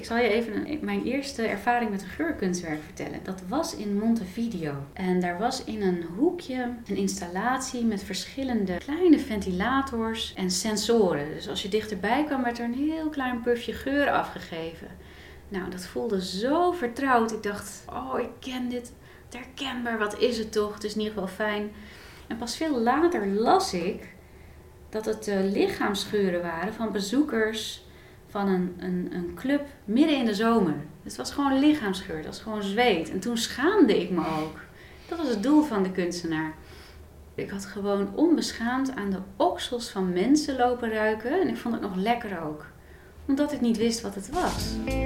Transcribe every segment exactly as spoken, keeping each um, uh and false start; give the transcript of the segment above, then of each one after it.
Ik zal je even een, mijn eerste ervaring met een geurkunstwerk vertellen. Dat was in Montevideo. En daar was in een hoekje een installatie met verschillende kleine ventilators en sensoren. Dus als je dichterbij kwam, werd er een heel klein puffje geur afgegeven. Nou, dat voelde zo vertrouwd. Ik dacht, oh, ik ken dit. Herkenbaar, wat is het toch? Het is in ieder geval fijn. En pas veel later las ik dat het uh, lichaamsgeuren waren van bezoekers van een, een, een club midden in de zomer. Het was gewoon lichaamsgeur, dat was gewoon zweet. En toen schaamde ik me ook. Dat was het doel van de kunstenaar. Ik had gewoon onbeschaamd aan de oksels van mensen lopen ruiken. En ik vond het nog lekker ook. Omdat ik niet wist wat het was.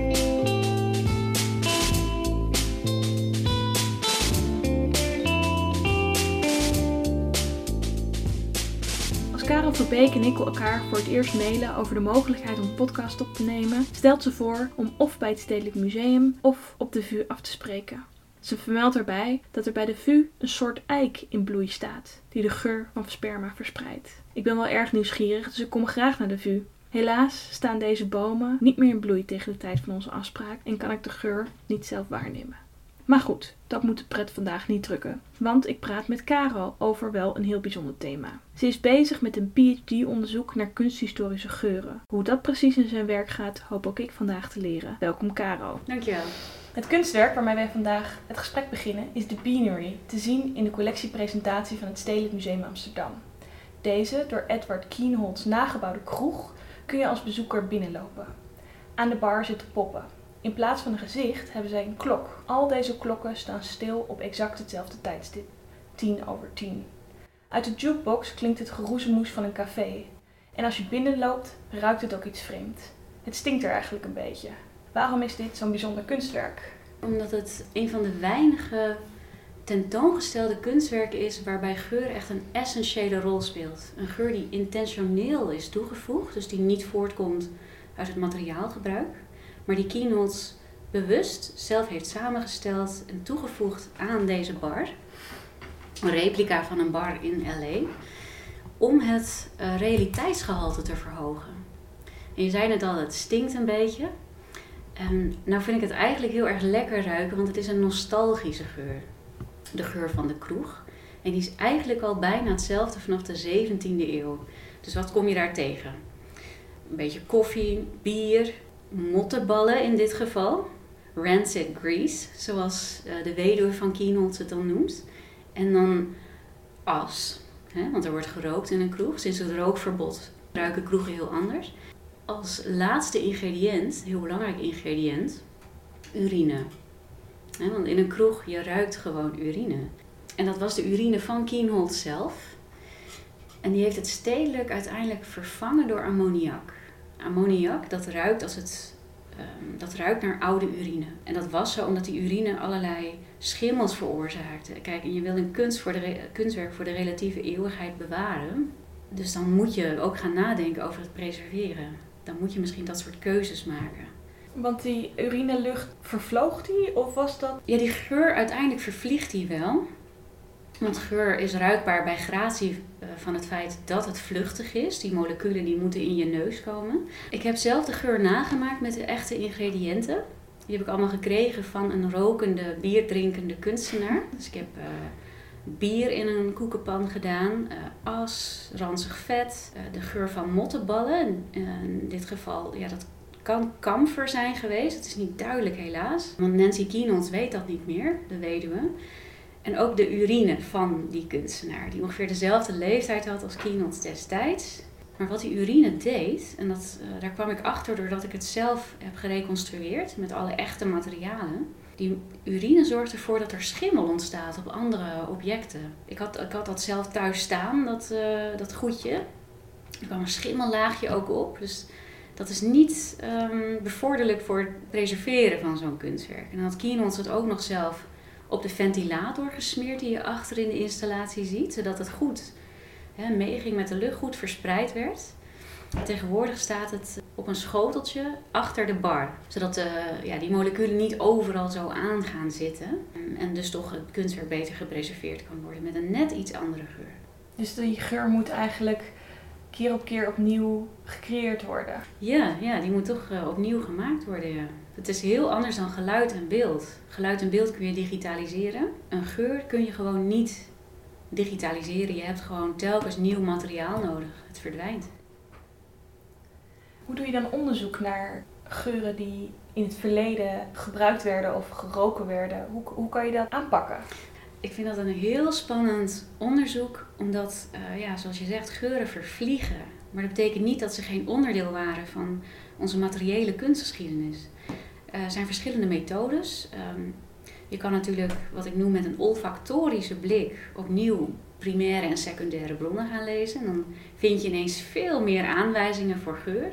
Karel Verbeek en ik elkaar voor het eerst mailen over de mogelijkheid om een podcast op te nemen, stelt ze voor om of bij het Stedelijk Museum of op de V U af te spreken. Ze vermeldt erbij dat er bij de V U een soort eik in bloei staat, die de geur van sperma verspreidt. Ik ben wel erg nieuwsgierig, dus ik kom graag naar de V U. Helaas staan deze bomen niet meer in bloei tegen de tijd van onze afspraak en kan ik de geur niet zelf waarnemen. Maar goed, dat moet de pret vandaag niet drukken, want ik praat met Karel over wel een heel bijzonder thema. Ze is bezig met een P H D-onderzoek naar kunsthistorische geuren. Hoe dat precies in zijn werk gaat, hoop ook ik vandaag te leren. Welkom Karel. Dankjewel. Het kunstwerk waarmee wij vandaag het gesprek beginnen is de Beanery, te zien in de collectiepresentatie van het Stedelijk Museum Amsterdam. Deze, door Edward Kienholz nagebouwde kroeg, kun je als bezoeker binnenlopen. Aan de bar zitten poppen. In plaats van een gezicht hebben zij een klok. Al deze klokken staan stil op exact hetzelfde tijdstip. Tien over tien. Uit de jukebox klinkt het geroezemoes van een café. En als je binnenloopt, ruikt het ook iets vreemd. Het stinkt er eigenlijk een beetje. Waarom is dit zo'n bijzonder kunstwerk? Omdat het een van de weinige tentoongestelde kunstwerken is waarbij geur echt een essentiële rol speelt. Een geur die intentioneel is toegevoegd, dus die niet voortkomt uit het materiaalgebruik. Maar die Kienholz bewust zelf heeft samengesteld en toegevoegd aan deze bar. Een replica van een bar in L A. Om het uh, realiteitsgehalte te verhogen. En je zei net al, het stinkt een beetje. En nou vind ik het eigenlijk heel erg lekker ruiken, want het is een nostalgische geur. De geur van de kroeg. En die is eigenlijk al bijna hetzelfde vanaf de zeventiende eeuw. Dus wat kom je daar tegen? Een beetje koffie, bier, mottenballen in dit geval. Rancid grease, zoals de weduwe van Kienholz het dan noemt. En dan as, hè, want er wordt gerookt in een kroeg. Sinds het rookverbod ruiken kroegen heel anders. Als laatste ingrediënt, heel belangrijk ingrediënt, urine. Hè, want in een kroeg, je ruikt gewoon urine. En dat was de urine van Kienholz zelf. En die heeft het stedelijk uiteindelijk vervangen door ammoniak. Ammoniak, dat ruikt als het, um, dat ruikt naar oude urine. En dat was zo omdat die urine allerlei schimmels veroorzaakte. Kijk, en je wil een kunst voor de re- kunstwerk voor de relatieve eeuwigheid bewaren. Dus dan moet je ook gaan nadenken over het preserveren. Dan moet je misschien dat soort keuzes maken. Want die urinelucht, vervloog die of was dat? Ja, die geur uiteindelijk vervliegt die wel. Want geur is ruikbaar bij gratie van het feit dat het vluchtig is. Die moleculen die moeten in je neus komen. Ik heb zelf de geur nagemaakt met de echte ingrediënten. Die heb ik allemaal gekregen van een rokende, bierdrinkende kunstenaar. Dus ik heb uh, bier in een koekenpan gedaan, uh, as, ranzig vet, uh, de geur van mottenballen. Uh, in dit geval, ja, dat kan kamfer zijn geweest. Het is niet duidelijk helaas. Want Nancy Kienholz weet dat niet meer, de weduwe. En ook de urine van die kunstenaar, die ongeveer dezelfde leeftijd had als Kienholz destijds. Maar wat die urine deed, en dat, uh, daar kwam ik achter doordat ik het zelf heb gereconstrueerd met alle echte materialen. Die urine zorgt ervoor dat er schimmel ontstaat op andere objecten. Ik had, ik had dat zelf thuis staan, dat, uh, dat goedje. Er kwam een schimmellaagje ook op, dus dat is niet um, bevorderlijk voor het preserveren van zo'n kunstwerk. En dan had Kienholz het ook nog zelf op de ventilator gesmeerd die je achter in de installatie ziet, zodat het goed hè, meeging met de lucht, goed verspreid werd. Tegenwoordig staat het op een schoteltje achter de bar, zodat de, ja, die moleculen niet overal zo aan gaan zitten en dus toch het kunstwerk beter gepreserveerd kan worden met een net iets andere geur. Dus die geur moet eigenlijk keer op keer opnieuw gecreëerd worden? Ja, ja die moet toch uh, opnieuw gemaakt worden, ja. Het is heel anders dan geluid en beeld. Geluid en beeld kun je digitaliseren. Een geur kun je gewoon niet digitaliseren. Je hebt gewoon telkens nieuw materiaal nodig. Het verdwijnt. Hoe doe je dan onderzoek naar geuren die in het verleden gebruikt werden of geroken werden? Hoe, hoe kan je dat aanpakken? Ik vind dat een heel spannend onderzoek, omdat, uh, ja, zoals je zegt, geuren vervliegen. Maar dat betekent niet dat ze geen onderdeel waren van onze materiële kunstgeschiedenis. Uh, er zijn verschillende methodes. Um, je kan natuurlijk, wat ik noem met een olfactorische blik, opnieuw primaire en secundaire bronnen gaan lezen. En dan vind je ineens veel meer aanwijzingen voor geur.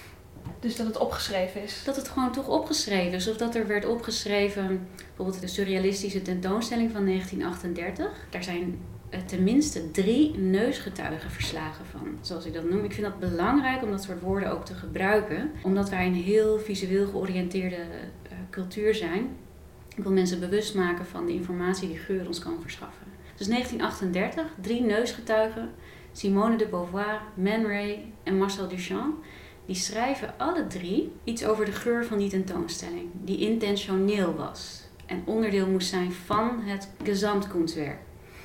Dus dat het opgeschreven is? Dat het gewoon toch opgeschreven is. Of dat er werd opgeschreven, bijvoorbeeld de surrealistische tentoonstelling van negentien achtendertig. Daar zijn uh, tenminste drie neusgetuigenverslagen van, zoals ik dat noem. Ik vind dat belangrijk om dat soort woorden ook te gebruiken. Omdat wij een heel visueel georiënteerde uh, cultuur zijn. Ik wil mensen bewust maken van de informatie die geur ons kan verschaffen. Dus negentien achtendertig, drie neusgetuigen. Simone de Beauvoir, Man Ray en Marcel Duchamp. Die schrijven alle drie iets over de geur van die tentoonstelling. Die intentioneel was. En onderdeel moest zijn van het Gesamtkunstwerk.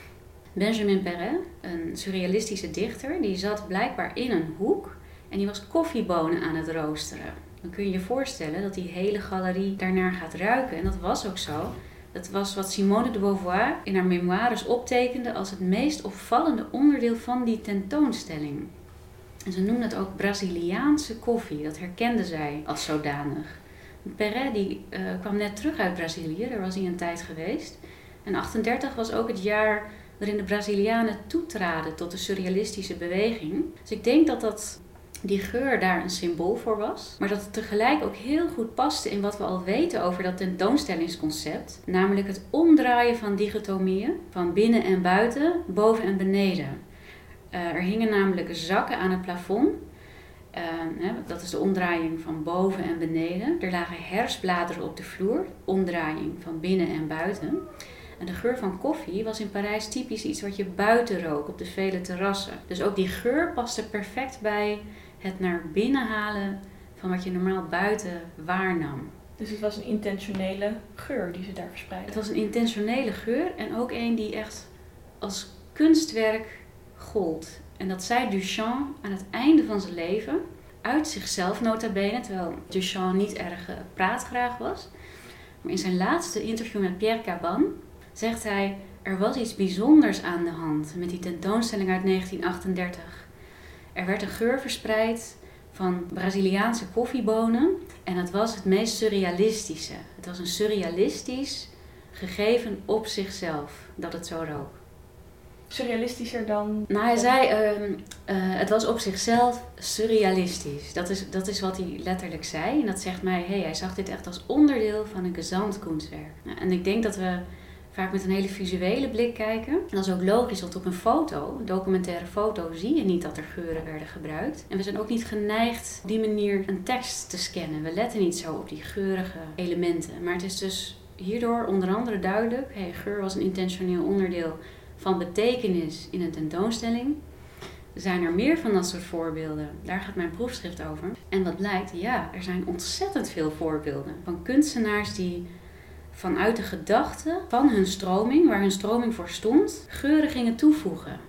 Benjamin Perret, een surrealistische dichter, die zat blijkbaar in een hoek. En die was koffiebonen aan het roosteren. Dan kun je je voorstellen dat die hele galerie daarnaar gaat ruiken. En dat was ook zo. Dat was wat Simone de Beauvoir in haar memoires optekende als het meest opvallende onderdeel van die tentoonstelling. En ze noemden het ook Braziliaanse koffie. Dat herkende zij als zodanig. Perret die, uh, kwam net terug uit Brazilië. Daar was hij een tijd geweest. En achtendertig was ook het jaar waarin de Brazilianen toetraden tot de surrealistische beweging. Dus ik denk dat, dat die geur daar een symbool voor was. Maar dat het tegelijk ook heel goed paste in wat we al weten over dat tentoonstellingsconcept. Namelijk het omdraaien van dichotomieën. Van binnen en buiten, boven en beneden. Uh, er hingen namelijk zakken aan het plafond. Uh, hè, dat is de omdraaiing van boven en beneden. Er lagen herfstbladeren op de vloer. Omdraaiing van binnen en buiten. En de geur van koffie was in Parijs typisch iets wat je buiten rook op de vele terrassen. Dus ook die geur paste perfect bij het naar binnen halen van wat je normaal buiten waarnam. Dus het was een intentionele geur die ze daar verspreidden? Het was een intentionele geur en ook een die echt als kunstwerk gold. En dat zei Duchamp aan het einde van zijn leven, uit zichzelf nota bene, terwijl Duchamp niet erg uh, praatgraag was. Maar in zijn laatste interview met Pierre Caban zegt hij, er was iets bijzonders aan de hand met die tentoonstelling uit negentien achtendertig. Er werd een geur verspreid van Braziliaanse koffiebonen en het was het meest surrealistische. Het was een surrealistisch gegeven op zichzelf, dat het zo rook. Surrealistischer dan... Nou, hij zei, uh, uh, het was op zichzelf surrealistisch. Dat is, dat is wat hij letterlijk zei. En dat zegt mij, hey, hij zag dit echt als onderdeel van een Gesamtkunstwerk. Nou, en ik denk dat we vaak met een hele visuele blik kijken. En dat is ook logisch, want op een foto, een documentaire foto, zie je niet dat er geuren werden gebruikt. En we zijn ook niet geneigd op die manier een tekst te scannen. We letten niet zo op die geurige elementen. Maar het is dus hierdoor onder andere duidelijk, hey, geur was een intentioneel onderdeel van betekenis in een tentoonstelling. Er zijn er meer van dat soort voorbeelden. Daar gaat mijn proefschrift over. En wat blijkt? Ja, er zijn ontzettend veel voorbeelden van kunstenaars die vanuit de gedachte van hun stroming, waar hun stroming voor stond, geuren gingen toevoegen.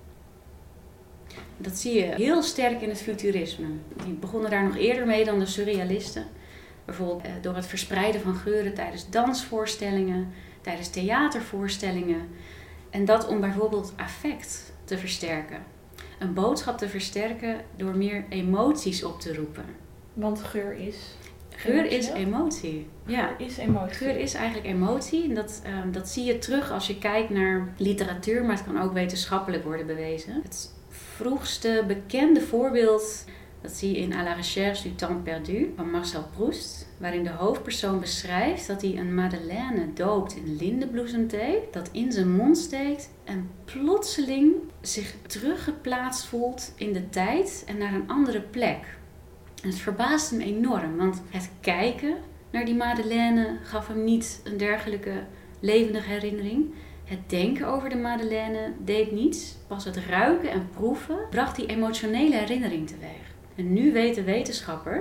Dat zie je heel sterk in het futurisme. Die begonnen daar nog eerder mee dan de surrealisten. Bijvoorbeeld eh, door het verspreiden van geuren tijdens dansvoorstellingen, tijdens theatervoorstellingen. En dat om bijvoorbeeld affect te versterken. Een boodschap te versterken door meer emoties op te roepen. Want geur is... Geur is emotie. Ja. Geur is emotie. Geur is eigenlijk emotie. En dat, um, dat zie je terug als je kijkt naar literatuur, maar het kan ook wetenschappelijk worden bewezen. Het vroegste bekende voorbeeld, dat zie je in À la recherche du temps perdu van Marcel Proust. Waarin de hoofdpersoon beschrijft dat hij een madeleine doopt in lindenbloesemthee, dat in zijn mond steekt en plotseling zich teruggeplaatst voelt in de tijd en naar een andere plek. En het verbaast hem enorm, want het kijken naar die madeleine gaf hem niet een dergelijke levendige herinnering. Het denken over de madeleine deed niets. Pas het ruiken en proeven bracht die emotionele herinnering teweeg. En nu weten wetenschappers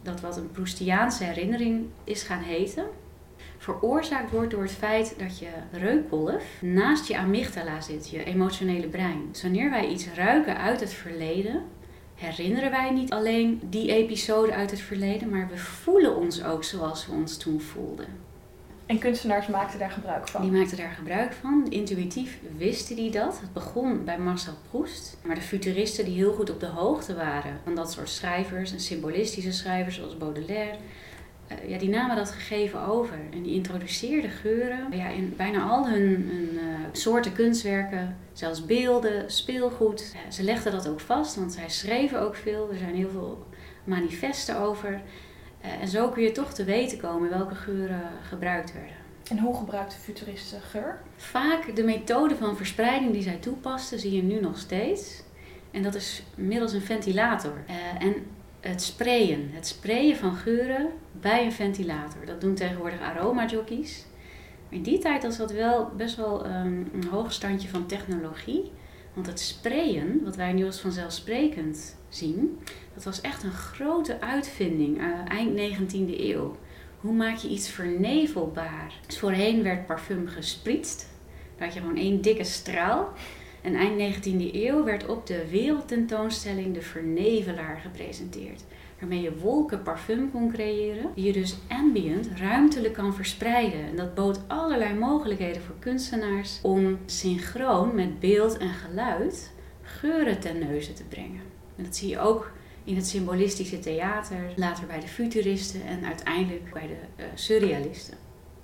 dat wat een Proustiaanse herinnering is gaan heten, veroorzaakt wordt door het feit dat je reukkolf naast je amygdala zit, je emotionele brein. Dus wanneer wij iets ruiken uit het verleden, herinneren wij niet alleen die episode uit het verleden, maar we voelen ons ook zoals we ons toen voelden. En kunstenaars maakten daar gebruik van? Die maakten daar gebruik van. Intuïtief wisten die dat. Het begon bij Marcel Proust. Maar de futuristen die heel goed op de hoogte waren van dat soort schrijvers en symbolistische schrijvers zoals Baudelaire, Uh, ja, die namen dat gegeven over en die introduceerden geuren ja, in bijna al hun, hun uh, soorten kunstwerken, zelfs beelden, speelgoed. Uh, ze legden dat ook vast, want zij schreven ook veel. Er zijn heel veel manifesten over. Uh, en zo kun je toch te weten komen welke geuren gebruikt werden. En hoe gebruikten futuristen geur? Vaak de methode van verspreiding die zij toepasten, zie je nu nog steeds. En dat is middels een ventilator. Uh, en Het sprayen, het sprayen van geuren bij een ventilator. Dat doen tegenwoordig aromajockeys. Maar in die tijd was dat wel best wel um, een hoog standje van technologie. Want het sprayen, wat wij nu als vanzelfsprekend zien, dat was echt een grote uitvinding uh, eind negentiende eeuw. Hoe maak je iets vernevelbaar? Dus voorheen werd parfum gespritst. Dan had je gewoon één dikke straal. En eind negentiende eeuw werd op de wereldtentoonstelling de vernevelaar gepresenteerd. Waarmee je wolken parfum kon creëren, die je dus ambient, ruimtelijk kan verspreiden. En dat bood allerlei mogelijkheden voor kunstenaars om synchroon met beeld en geluid geuren ten neuze te brengen. En dat zie je ook in het symbolistische theater, later bij de futuristen en uiteindelijk bij de uh, surrealisten.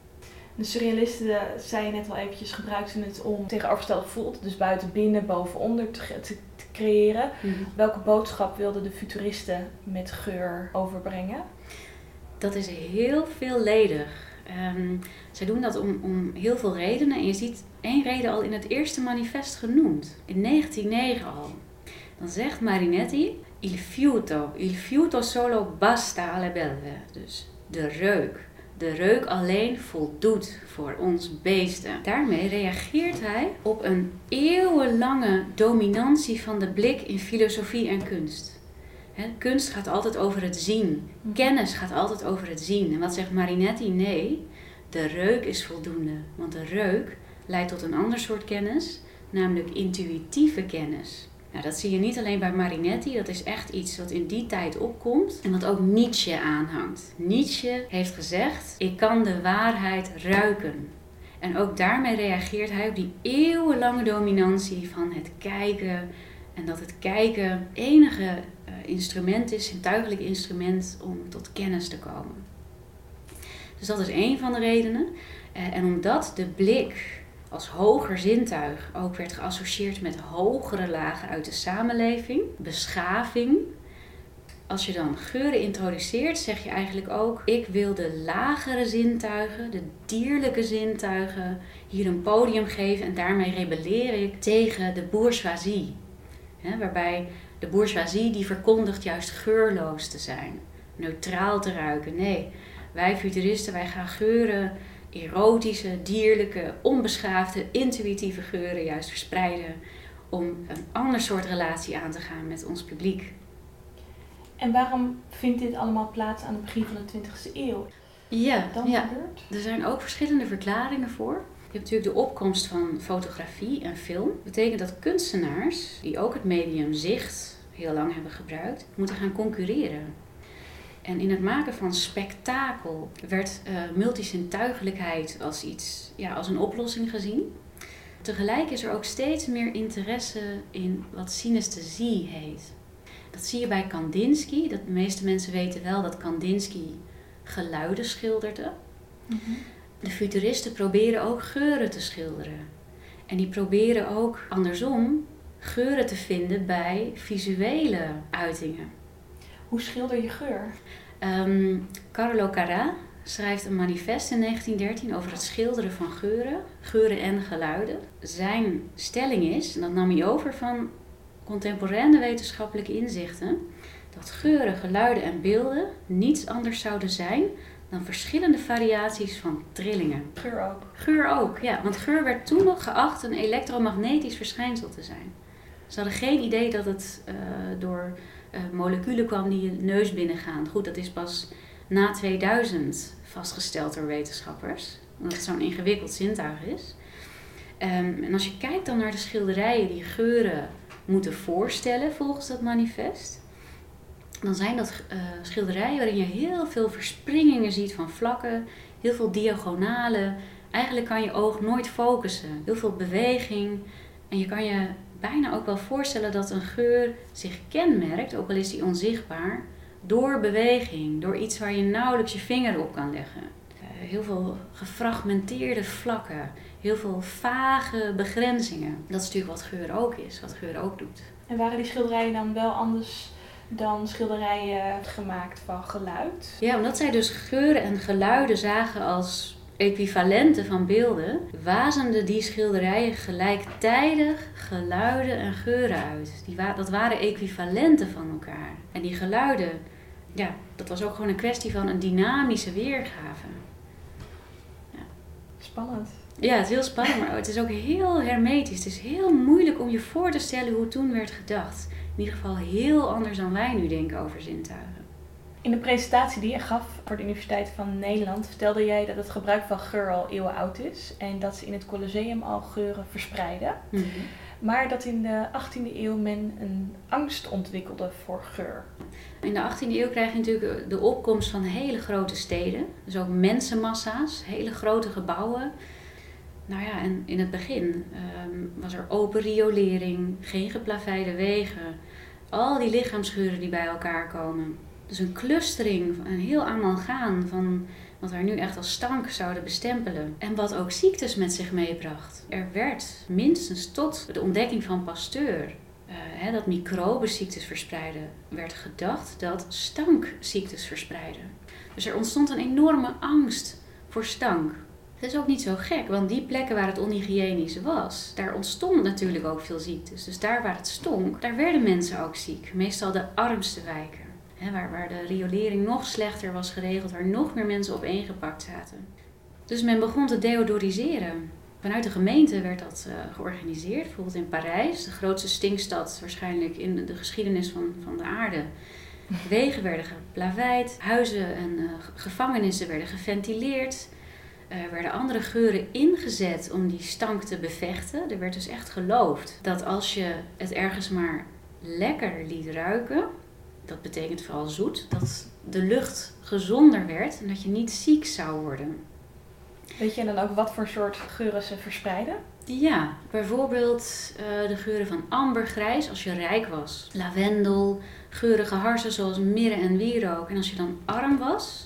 De surrealisten, zei je net al eventjes, gebruikten het om tegenovergestelde gevoel, dus buiten, binnen, boven, onder te, te, te creëren. Mm-hmm. Welke boodschap wilden de futuristen met geur overbrengen? Dat is heel veelledig. Um, zij doen dat om, om heel veel redenen. En je ziet één reden al in het eerste manifest genoemd. In negentien negen al. Dan zegt Marinetti, il fiuto, il fiuto solo basta alle belve. Dus de reuk. De reuk alleen voldoet voor ons beesten. Daarmee reageert hij op een eeuwenlange dominantie van de blik in filosofie en kunst. He, kunst gaat altijd over het zien. Kennis gaat altijd over het zien. En wat zegt Marinetti? Nee, de reuk is voldoende. Want de reuk leidt tot een ander soort kennis, namelijk intuïtieve kennis. Nou, dat zie je niet alleen bij Marinetti, dat is echt iets wat in die tijd opkomt en wat ook Nietzsche aanhangt. Nietzsche heeft gezegd, ik kan de waarheid ruiken. En ook daarmee reageert hij op die eeuwenlange dominantie van het kijken. En dat het kijken enige uh, instrument is, zintuigelijk instrument om tot kennis te komen. Dus dat is één van de redenen. Uh, en omdat de blik als hoger zintuig ook werd geassocieerd met hogere lagen uit de samenleving, beschaving. Als je dan geuren introduceert, zeg je eigenlijk ook, ik wil de lagere zintuigen, de dierlijke zintuigen, hier een podium geven en daarmee rebelleer ik tegen de bourgeoisie. He, waarbij de bourgeoisie die verkondigt juist geurloos te zijn, neutraal te ruiken. Nee, wij futuristen, wij gaan geuren, erotische, dierlijke, onbeschaafde, intuïtieve geuren juist verspreiden om een ander soort relatie aan te gaan met ons publiek. En waarom vindt dit allemaal plaats aan het begin van de twintigste eeuw? Ja, dan ja. gebeurt? Er zijn ook verschillende verklaringen voor. Je hebt natuurlijk de opkomst van fotografie en film. Dat betekent dat kunstenaars, die ook het medium zicht heel lang hebben gebruikt, moeten gaan concurreren. En in het maken van spektakel werd uh, multisintuigelijkheid als iets, ja, als een oplossing gezien. Tegelijk is er ook steeds meer interesse in wat synesthesie heet. Dat zie je bij Kandinsky. Dat de meeste mensen weten wel dat Kandinsky geluiden schilderde. Mm-hmm. De futuristen proberen ook geuren te schilderen. En die proberen ook andersom geuren te vinden bij visuele uitingen. Hoe schilder je geur? Um, Carlo Carrà schrijft een manifest in negentien dertien over het schilderen van geuren, geuren en geluiden. Zijn stelling is, en dat nam hij over van contemporaine wetenschappelijke inzichten, dat geuren, geluiden en beelden niets anders zouden zijn dan verschillende variaties van trillingen. Geur ook? Geur ook, ja. Want geur werd toen nog geacht een elektromagnetisch verschijnsel te zijn. Ze hadden geen idee dat het uh, door uh, moleculen kwam die je neus binnengaan. Goed, dat is pas na tweeduizend vastgesteld door wetenschappers. Omdat het zo'n ingewikkeld zintuig is. Um, en als je kijkt dan naar de schilderijen die geuren moeten voorstellen volgens dat manifest. Dan zijn dat uh, schilderijen waarin je heel veel verspringingen ziet van vlakken. Heel veel diagonalen. Eigenlijk kan je oog nooit focussen. Heel veel beweging. En je kan je bijna ook wel voorstellen dat een geur zich kenmerkt, ook al is die onzichtbaar, door beweging. Door iets waar je nauwelijks je vinger op kan leggen. Uh, heel veel gefragmenteerde vlakken. Heel veel vage begrenzingen. Dat is natuurlijk wat geur ook is. Wat geur ook doet. En waren die schilderijen dan wel anders dan schilderijen gemaakt van geluid? Ja, omdat zij dus geuren en geluiden zagen als equivalenten van beelden, wazemden die schilderijen gelijktijdig geluiden en geuren uit. Die wa- dat waren equivalenten van elkaar. En die geluiden, ja, dat was ook gewoon een kwestie van een dynamische weergave. Ja. Spannend. Ja, het is heel spannend, maar het is ook heel hermetisch. Het is heel moeilijk om je voor te stellen hoe toen werd gedacht. In ieder geval heel anders dan wij nu denken over zintuigen. In de presentatie die je gaf voor de Universiteit van Nederland vertelde jij dat het gebruik van geur al eeuwen oud is. En dat ze in het Colosseum al geuren verspreiden. Mm-hmm. Maar dat in de achttiende eeuw men een angst ontwikkelde voor geur. In de achttiende eeuw krijg je natuurlijk de opkomst van hele grote steden. Dus ook mensenmassa's, hele grote gebouwen. Nou ja, en in het begin um, was er open riolering, geen geplaveide wegen. Al die lichaamsgeuren die bij elkaar komen. Dus een clustering, een heel amalgaan van wat wij nu echt als stank zouden bestempelen. En wat ook ziektes met zich meebracht. Er werd minstens tot de ontdekking van Pasteur, uh, hè, dat microbenziektes verspreiden, werd gedacht dat stankziektes verspreiden. Dus er ontstond een enorme angst voor stank. Dat is ook niet zo gek, want die plekken waar het onhygiënisch was, daar ontstond natuurlijk ook veel ziektes. Dus daar waar het stonk, daar werden mensen ook ziek. Meestal de armste wijken. He, waar, waar de riolering nog slechter was geregeld, waar nog meer mensen opeengepakt zaten. Dus men begon te deodoriseren. Vanuit de gemeente werd dat uh, georganiseerd. Bijvoorbeeld in Parijs, de grootste stinkstad waarschijnlijk in de, de geschiedenis van, van de aarde. Wegen werden geplaveid, huizen en uh, gevangenissen werden geventileerd. Er werden andere geuren ingezet om die stank te bevechten. Er werd dus echt geloofd dat als je het ergens maar lekker liet ruiken, dat betekent vooral zoet, dat de lucht gezonder werd en dat je niet ziek zou worden. Weet je dan ook wat voor soort geuren ze verspreiden? Ja, bijvoorbeeld uh, de geuren van ambergrijs als je rijk was. Lavendel, geurige harzen zoals mirre en wierook. En als je dan arm was,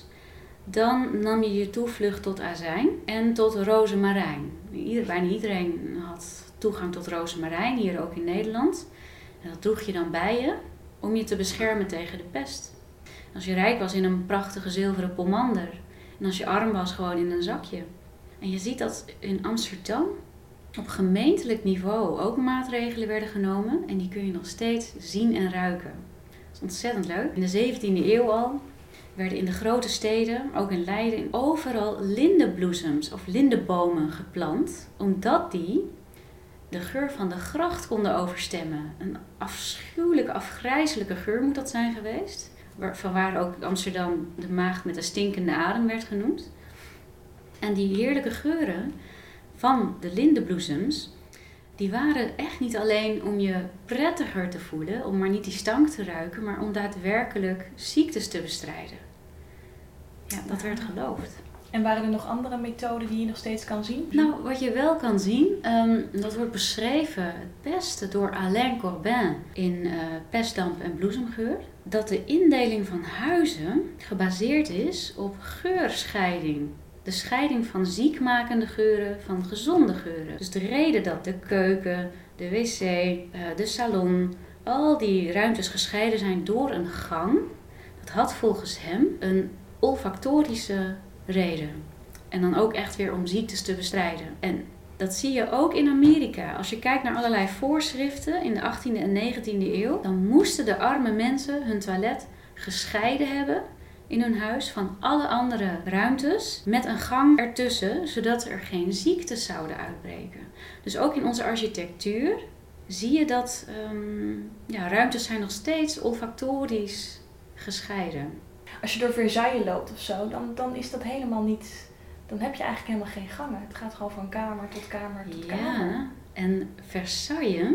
dan nam je je toevlucht tot azijn en tot rozemarijn. Ieder, bijna iedereen had toegang tot rozemarijn, hier ook in Nederland. En dat droeg je dan bij je om je te beschermen tegen de pest. Als je rijk was in een prachtige zilveren pomander. En als je arm was gewoon in een zakje. En je ziet dat in Amsterdam op gemeentelijk niveau ook maatregelen werden genomen. En die kun je nog steeds zien en ruiken. Dat is ontzettend leuk. In de zeventiende eeuw al werden in de grote steden, ook in Leiden, overal lindenbloesems of lindenbomen geplant. Omdat die de geur van de gracht konden overstemmen. Een afschuwelijke, afgrijzelijke geur moet dat zijn geweest. Vanwaar ook Amsterdam de maagd met de stinkende adem werd genoemd. En die heerlijke geuren van de lindenbloesems, die waren echt niet alleen om je prettiger te voelen, om maar niet die stank te ruiken, maar om daadwerkelijk ziektes te bestrijden. Ja, dat werd geloofd. En waren er nog andere methoden die je nog steeds kan zien? Nou, wat je wel kan zien, um, dat wordt beschreven het beste door Alain Corbin in uh, Pestdamp en bloesemgeur. Dat de indeling van huizen gebaseerd is op geurscheiding. De scheiding van ziekmakende geuren van gezonde geuren. Dus de reden dat de keuken, de wc, uh, de salon, al die ruimtes gescheiden zijn door een gang, dat had volgens hem een olfactorische reden. En dan ook echt weer om ziektes te bestrijden. En dat zie je ook in Amerika. Als je kijkt naar allerlei voorschriften in de achttiende en negentiende eeuw, dan moesten de arme mensen hun toilet gescheiden hebben in hun huis van alle andere ruimtes met een gang ertussen, zodat er geen ziektes zouden uitbreken. Dus ook in onze architectuur zie je dat um, ja, ruimtes zijn nog steeds olfactorisch gescheiden. Als je door Versailles loopt of zo, dan, dan is dat helemaal niet... Dan heb je eigenlijk helemaal geen gangen. Het gaat gewoon van kamer tot kamer tot ja, kamer. Ja, en Versailles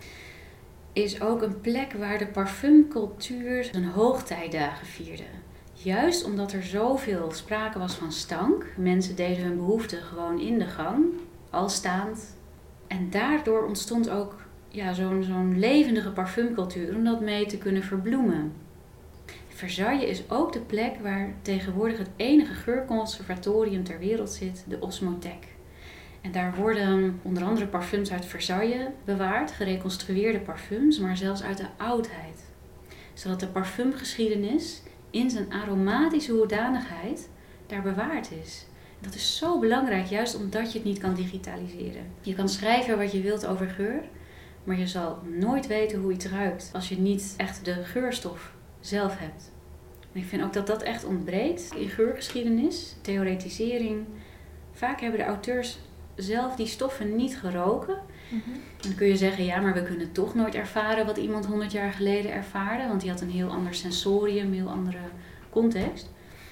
is ook een plek waar de parfumcultuur zijn hoogtijdagen vierde. Juist omdat er zoveel sprake was van stank. Mensen deden hun behoeften gewoon in de gang, al staand. En daardoor ontstond ook ja, zo'n, zo'n levendige parfumcultuur om dat mee te kunnen verbloemen. Versailles is ook de plek waar tegenwoordig het enige geurconservatorium ter wereld zit, de Osmothèque. En daar worden onder andere parfums uit Versailles bewaard, gereconstrueerde parfums, maar zelfs uit de oudheid. Zodat de parfumgeschiedenis in zijn aromatische hoedanigheid daar bewaard is. Dat is zo belangrijk, juist omdat je het niet kan digitaliseren. Je kan schrijven wat je wilt over geur, maar je zal nooit weten hoe iets ruikt als je niet echt de geurstof zelf hebt. En ik vind ook dat dat echt ontbreekt in geurgeschiedenis, theoretisering. Vaak hebben de auteurs zelf die stoffen niet geroken. Mm-hmm. En dan kun je zeggen, ja, maar we kunnen toch nooit ervaren wat iemand honderd jaar geleden ervaarde. Want die had een heel ander sensorium, een heel andere context.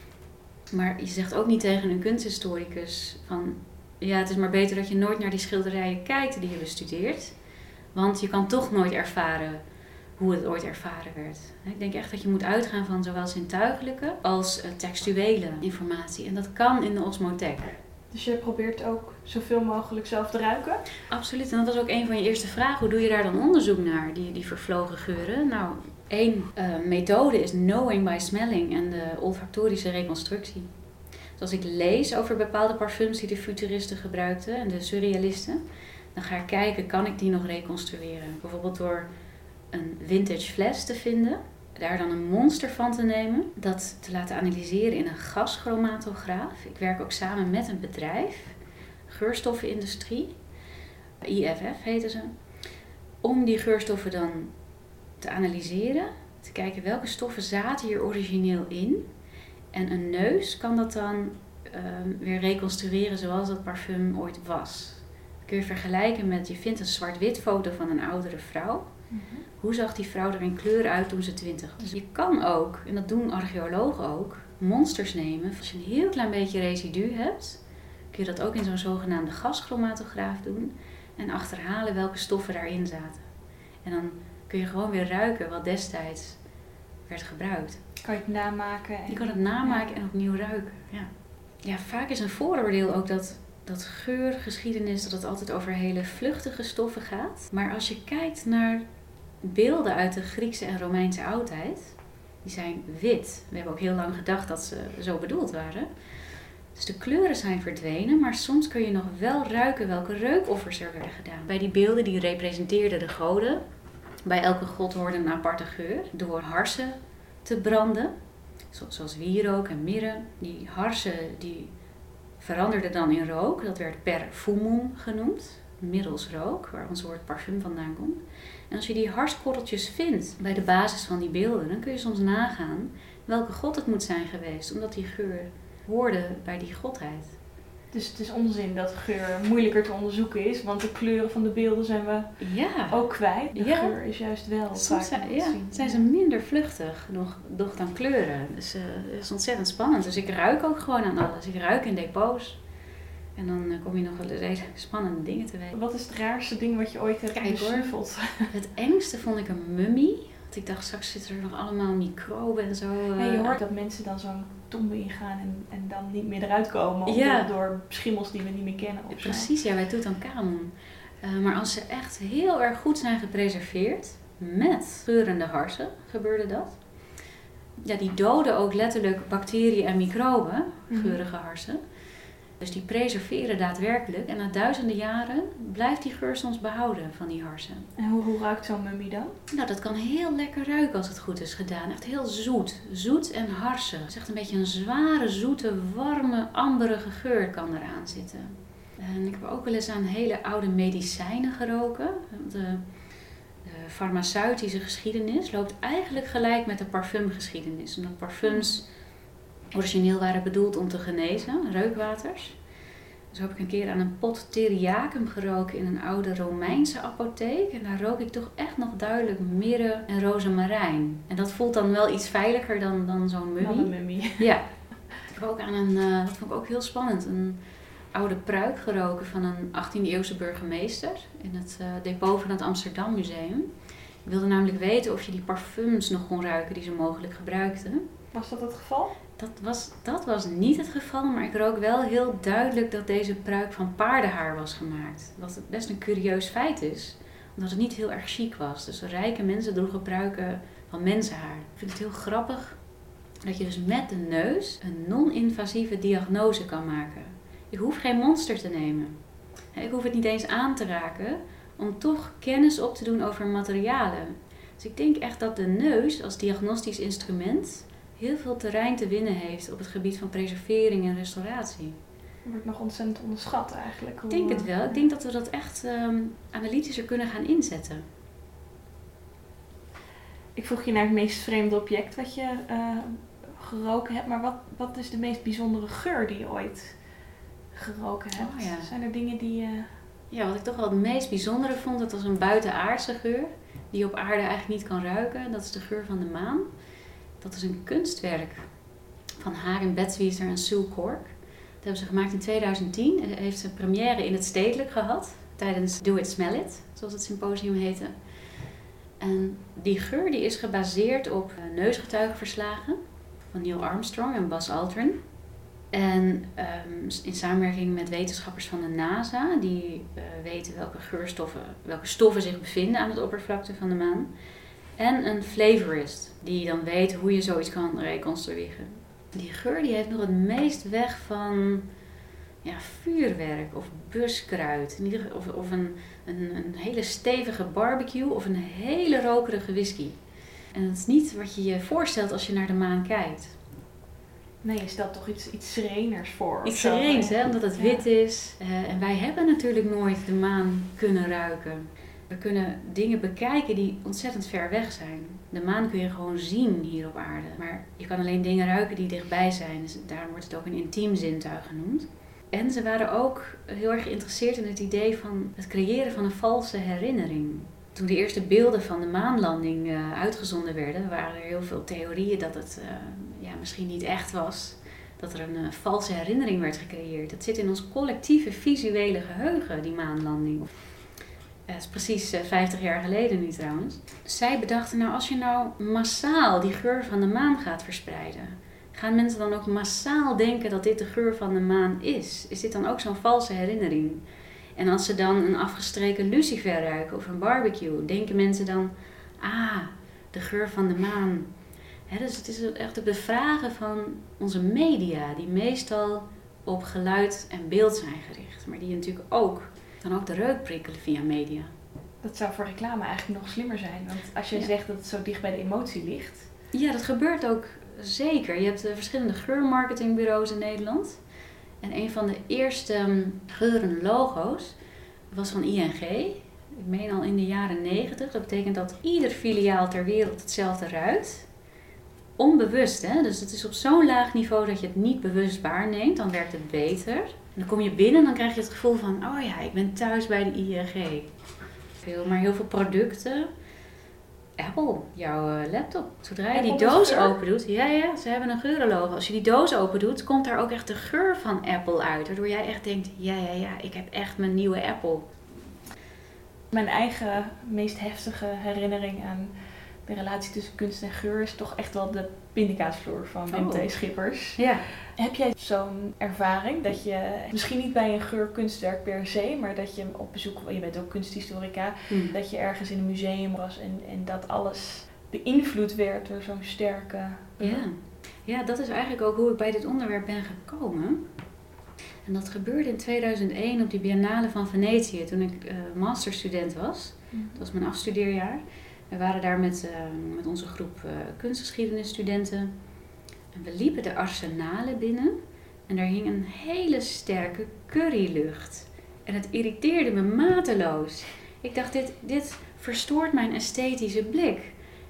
Maar je zegt ook niet tegen een kunsthistoricus van... ja, het is maar beter dat je nooit naar die schilderijen kijkt die je bestudeert. Want je kan toch nooit ervaren hoe het ooit ervaren werd. Ik denk echt dat je moet uitgaan van zowel zintuigelijke als textuele informatie. En dat kan in de Osmothèque. Dus je probeert ook zoveel mogelijk zelf te ruiken? Absoluut. En dat was ook een van je eerste vragen. Hoe doe je daar dan onderzoek naar, die, die vervlogen geuren? Nou, één uh, methode is knowing by smelling en de olfactorische reconstructie. Dus als ik lees over bepaalde parfums die de futuristen gebruikten en de surrealisten, dan ga ik kijken, kan ik die nog reconstrueren? Bijvoorbeeld door een vintage fles te vinden, daar dan een monster van te nemen, dat te laten analyseren in een gaschromatograaf. Ik werk ook samen met een bedrijf, geurstoffenindustrie, I F F heten ze, om die geurstoffen dan te analyseren, te kijken welke stoffen zaten hier origineel in. En een neus kan dat dan uh, weer reconstrueren zoals dat parfum ooit was. Dat kun je vergelijken met, je vindt een zwart-wit foto van een oudere vrouw. Mm-hmm. Hoe zag die vrouw er in kleur uit toen ze twintig was? Dus je kan ook, en dat doen archeologen ook, monsters nemen. Als je een heel klein beetje residu hebt, kun je dat ook in zo'n zogenaamde gaschromatograaf doen. En achterhalen welke stoffen daarin zaten. En dan kun je gewoon weer ruiken wat destijds werd gebruikt. Kan je het namaken? En... Je kan het namaken en opnieuw ruiken. Ja, ja, vaak is een vooroordeel ook dat, dat geurgeschiedenis, dat het altijd over hele vluchtige stoffen gaat. Maar als je kijkt naar beelden uit de Griekse en Romeinse oudheid, die zijn wit. We hebben ook heel lang gedacht dat ze zo bedoeld waren. Dus de kleuren zijn verdwenen, maar soms kun je nog wel ruiken welke reukoffers er werden gedaan. Bij die beelden die representeerden de goden, bij elke god hoorde een aparte geur, door harsen te branden, zoals wierook en mirre. Die harsen die veranderden dan in rook, dat werd perfumum genoemd, middels rook, waar ons woord parfum vandaan komt. En als je die harskorreltjes vindt bij de basis van die beelden, dan kun je soms nagaan welke god het moet zijn geweest, omdat die geur hoorde bij die godheid. Dus het is onzin dat geur moeilijker te onderzoeken is, want de kleuren van de beelden zijn we ja. ook kwijt. De ja. geur is juist wel Soms vaak zijn, te ja, zien. zijn ze minder vluchtig nog, nog dan kleuren. Dus uh, het is ontzettend spannend. Dus ik ruik ook gewoon aan alles. Ik ruik in depots. En dan uh, kom je nog wel eens hele spannende dingen te weten. Wat is het raarste ding wat je ooit hebt besnuffeld? Het engste vond ik een mummie. Want ik dacht, straks zitten er nog allemaal microben en zo. Uh, en je hoort dat mensen dan zo'n tombe ingaan en, en dan niet meer eruit komen. Ja. Door, door schimmels die we niet meer kennen. Of Precies, zo. ja, bij Tutankhamon. Uh, maar als ze echt heel erg goed zijn gepreserveerd, met geurende harsen, gebeurde dat. Ja, die doden ook letterlijk bacteriën en microben, geurige harsen. Dus die preserveren daadwerkelijk. En na duizenden jaren blijft die geur soms behouden van die harsen. En hoe, hoe ruikt zo'n mummie dan? Nou, dat kan heel lekker ruiken als het goed is gedaan. Echt heel zoet. Zoet en harsig. Het is echt een beetje een zware, zoete, warme, amberige geur kan eraan zitten. En ik heb ook wel eens aan hele oude medicijnen geroken. De, de farmaceutische geschiedenis loopt eigenlijk gelijk met de parfumgeschiedenis. Omdat parfums origineel waren bedoeld om te genezen, reukwaters. Zo heb ik een keer aan een pot theriacum geroken in een oude Romeinse apotheek. En daar rook ik toch echt nog duidelijk mirre en rozemarijn. En dat voelt dan wel iets veiliger dan, dan zo'n mummie. Dan een mummie. Ja. Ik heb ook aan een, uh, dat vond ik ook heel spannend, een oude pruik geroken van een achttiende eeuwse burgemeester in het uh, depot van het Amsterdam Museum. Ik wilde namelijk weten of je die parfums nog kon ruiken die ze mogelijk gebruikten. Was dat het geval? Dat was, dat was niet het geval, maar ik rook wel heel duidelijk dat deze pruik van paardenhaar was gemaakt. Wat best een curieus feit is, omdat het niet heel erg chic was. Dus rijke mensen droegen pruiken van mensenhaar. Ik vind het heel grappig dat je dus met de neus een non-invasieve diagnose kan maken. Ik hoef geen monster te nemen. Ik hoef het niet eens aan te raken om toch kennis op te doen over materialen. Dus ik denk echt dat de neus als diagnostisch instrument heel veel terrein te winnen heeft op het gebied van preservering en restauratie. Wordt nog ontzettend onderschat eigenlijk. Ik denk het wel. Ik denk dat we dat echt um, analytischer kunnen gaan inzetten. Ik vroeg je naar het meest vreemde object wat je uh, geroken hebt. Maar wat, wat is de meest bijzondere geur die je ooit geroken hebt? Oh, ja. Zijn er dingen die je... Ja, wat ik toch wel het meest bijzondere vond, dat was een buitenaardse geur. Die je op aarde eigenlijk niet kan ruiken. Dat is de geur van de maan. Dat is een kunstwerk van Hagen Betzwieser en Sue Cork. Dat hebben ze gemaakt in tweeduizend tien. En heeft ze première in het Stedelijk gehad. Tijdens Do It Smell It, zoals het symposium heette. En die geur die is gebaseerd op neusgetuigenverslagen van Neil Armstrong en Buzz Aldrin. En um, in samenwerking met wetenschappers van de NASA, die uh, weten welke geurstoffen, welke stoffen zich bevinden aan het oppervlakte van de maan. En een flavorist, die dan weet hoe je zoiets kan reconstrueren. Die geur die heeft nog het meest weg van ja, vuurwerk of buskruid. Of, of een, een, een hele stevige barbecue of een hele rokerige whisky. En dat is niet wat je je voorstelt als je naar de maan kijkt. Nee, je stelt toch iets, iets sereners voor. Iets sereens, hè, omdat het wit is. Uh, en wij hebben natuurlijk nooit de maan kunnen ruiken. We kunnen dingen bekijken die ontzettend ver weg zijn. De maan kun je gewoon zien hier op aarde. Maar je kan alleen dingen ruiken die dichtbij zijn. Dus daarom wordt het ook een intiem zintuig genoemd. En ze waren ook heel erg geïnteresseerd in het idee van het creëren van een valse herinnering. Toen de eerste beelden van de maanlanding uh, uitgezonden werden, waren er heel veel theorieën dat het uh, ja, misschien niet echt was. Dat er een uh, valse herinnering werd gecreëerd. Dat zit in ons collectieve visuele geheugen, die maanlanding. Dat is precies uh, vijftig jaar geleden nu trouwens. Zij bedachten, nou als je nou massaal die geur van de maan gaat verspreiden, gaan mensen dan ook massaal denken dat dit de geur van de maan is? Is dit dan ook zo'n valse herinnering? En als ze dan een afgestreken lucifer ruiken of een barbecue, denken mensen dan, ah, de geur van de maan. He, dus het is echt het bevragen van onze media, die meestal op geluid en beeld zijn gericht. Maar die natuurlijk ook, dan ook de reuk prikkelen via media. Dat zou voor reclame eigenlijk nog slimmer zijn. Want als je ja. zegt dat het zo dicht bij de emotie ligt. Ja, dat gebeurt ook zeker. Je hebt uh, verschillende geurmarketingbureaus in Nederland. En een van de eerste um, geurende logo's was van I N G. Ik meen al in de jaren negentig. Dat betekent dat ieder filiaal ter wereld hetzelfde ruikt. Onbewust, hè? Dus het is op zo'n laag niveau dat je het niet bewust waarneemt. Dan werkt het beter. En dan kom je binnen en dan krijg je het gevoel van, oh ja, ik ben thuis bij de I N G. Veel, maar heel veel producten. Apple, jouw laptop. Zodra je Apple die doos open doet, ja, ja, ze hebben een geurenlogo. Als je die doos open doet, komt daar ook echt de geur van Apple uit. Waardoor jij echt denkt, ja, ja, ja, ik heb echt mijn nieuwe Apple. Mijn eigen meest heftige herinnering aan de relatie tussen kunst en geur is toch echt wel de pindakaasvloer van Wim T. Schippers. Ja. Heb jij zo'n ervaring dat je, misschien niet bij een geurkunstwerk per se, maar dat je op bezoek, je bent ook kunsthistorica, mm. dat je ergens in een museum was en, en dat alles beïnvloed werd door zo'n sterke... Ja. ja, dat is eigenlijk ook hoe ik bij dit onderwerp ben gekomen. En dat gebeurde in tweeduizend één op die Biennale van Venetië, toen ik uh, masterstudent was. Mm. Dat was mijn afstudeerjaar. We waren daar met, uh, met onze groep uh, kunstgeschiedenisstudenten. En we liepen de arsenalen binnen. En daar hing een hele sterke currylucht. En het irriteerde me mateloos. Ik dacht, dit, dit verstoort mijn esthetische blik.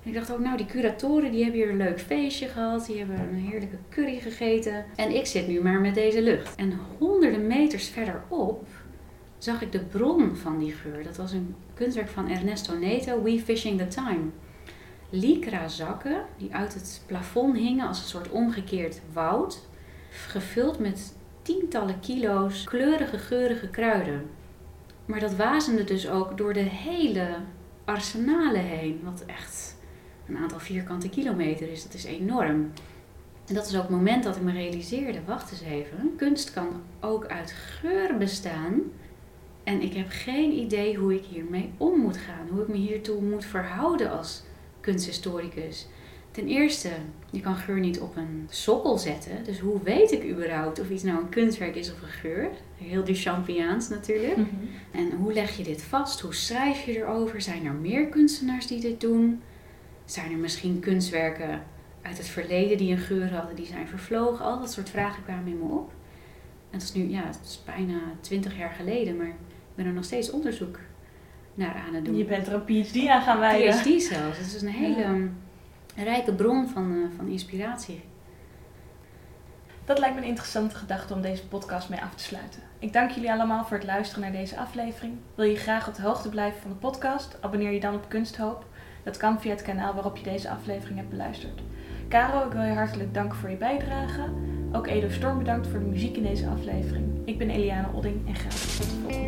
En ik dacht ook, nou die curatoren die hebben hier een leuk feestje gehad. Die hebben een heerlijke curry gegeten. En ik zit nu maar met deze lucht. En honderden meters verderop zag ik de bron van die geur. Dat was een kunstwerk van Ernesto Neto, We Fishing the Time. Lycra zakken die uit het plafond hingen als een soort omgekeerd woud. Gevuld met tientallen kilo's kleurige, geurige kruiden. Maar dat wazende dus ook door de hele arsenalen heen. Wat echt een aantal vierkante kilometer is. Dat is enorm. En dat is ook het moment dat ik me realiseerde, wacht eens even. Kunst kan ook uit geur bestaan. En ik heb geen idee hoe ik hiermee om moet gaan. Hoe ik me hiertoe moet verhouden als kunsthistoricus. Ten eerste, je kan geur niet op een sokkel zetten. Dus hoe weet ik überhaupt of iets nou een kunstwerk is of een geur? Heel Duchampiaans natuurlijk. Mm-hmm. En hoe leg je dit vast? Hoe schrijf je erover? Zijn er meer kunstenaars die dit doen? Zijn er misschien kunstwerken uit het verleden die een geur hadden, die zijn vervlogen? Al dat soort vragen kwamen in me op. En het is nu, ja, het is bijna twintig jaar geleden, maar ik ben er nog steeds onderzoek naar aan het doen. Je bent er een P H D aan gaan wijden. P H D zelfs. Het is een hele ja. um, rijke bron van, uh, van inspiratie. Dat lijkt me een interessante gedachte om deze podcast mee af te sluiten. Ik dank jullie allemaal voor het luisteren naar deze aflevering. Wil je graag op de hoogte blijven van de podcast? Abonneer je dan op Kunsthoop. Dat kan via het kanaal waarop je deze aflevering hebt beluisterd. Caro, ik wil je hartelijk danken voor je bijdrage. Ook Edo Storm bedankt voor de muziek in deze aflevering. Ik ben Eliane Odding en graag tot de volgende.